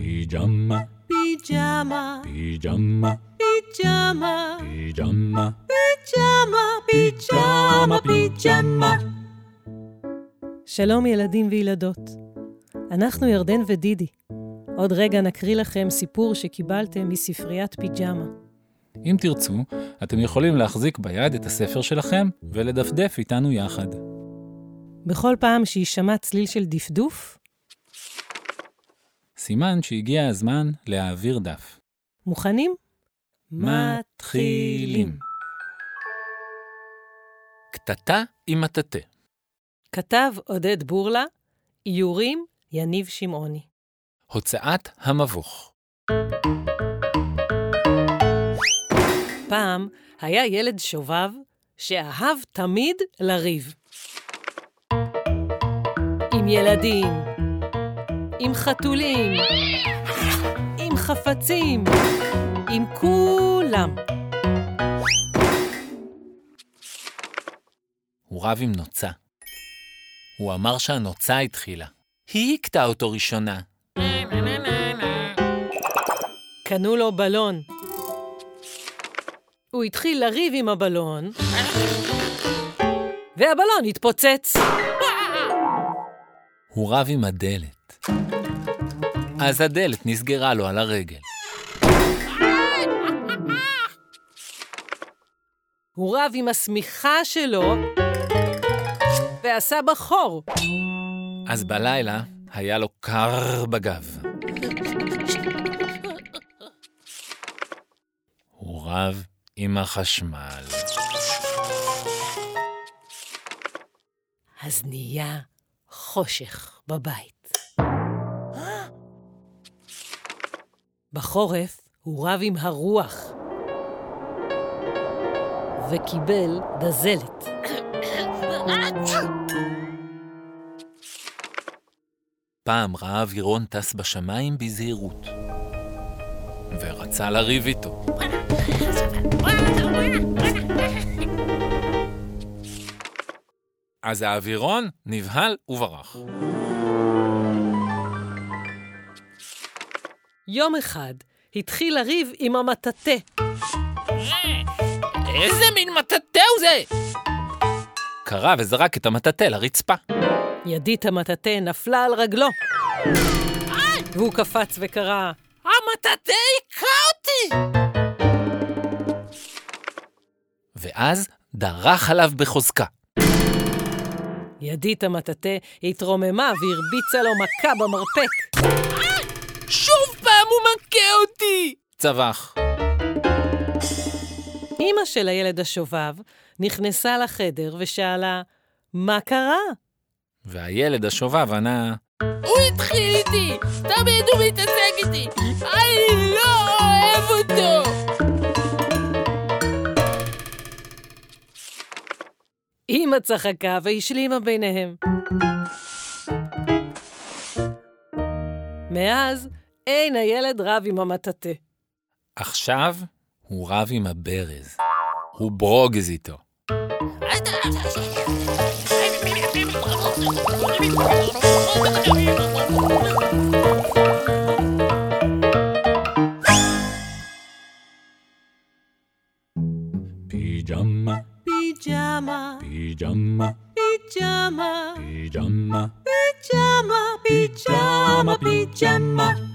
פיג'מה, פיג'מה, פיג'מה, פיג'מה, פיג'מה, פיג'מה, פיג'מה. שלום ילדים וילדות, אנחנו ירדן ודידי. עוד רגע נקריא לכם סיפור שקיבלתם מספריית פיג'מה. אם תרצו, אתם יכולים להחזיק ביד את הספר שלכם ולדפדף איתנו יחד. בכל פעם שישמע צליל של דפדוף, סימן שהגיע הזמן להעביר דף. מוכנים? מתחילים. קטטה עם מטאטא. כתב עודד בורלה, איורים יניב שמעוני. הוצאת המבוך. פעם היה ילד שובב שאהב תמיד לריב. עם ילדים, עם חתולים, עם חפצים, עם כולם. הוא רב עם נוצה. הוא אמר שהנוצה התחילה. היא הקטעה אותו ראשונה. קנו לו בלון. הוא התחיל לריב עם הבלון, והבלון התפוצץ. הוא רב עם הדלת. אז הדלת נסגרה לו על הרגל. הוא רב עם השמיכה שלו, ועשה בחור. אז בלילה היה לו קר בגב. הוא רב עם החשמל. אז נהיה חושך בבית. בחורף הוא רב עם הרוח, וקיבל דזלת. פעם ראה אווירון טס בשמיים בזהירות, ורצה לריב איתו. אז האווירון נבהל וברח. יום אחד התחיל לריב עם המטאטא. איזה מין מטאטא הוא זה? קרא וזרק את המטאטא לרצפה. ידית המטאטא נפלה על רגלו, והוא קפץ וקרא, המטאטא היכה אותי! ואז דרך עליו בחוזקה. ידית המטאטא התרוממה והרביצה לו מכה במרפק. שוב פעם הוא מכה אותי! צבח. אמא של הילד השובב נכנסה לחדר ושאלה, מה קרה? והילד השובב ענה, הוא התחיל איתי, תמיד הוא מתעסק איתי, אני לא אוהב אותו. אמא צחקה והשלימה ביניהם. מאז אין הילד רב עם המטאטא. עכשיו הוא רב עם הברז. הוא ברוגז איתו. פיג'מה, פיג'מה, פיג'מה, פיג'מה, פיג'מה, פיג'מה, פיג'מה, פיג'מה.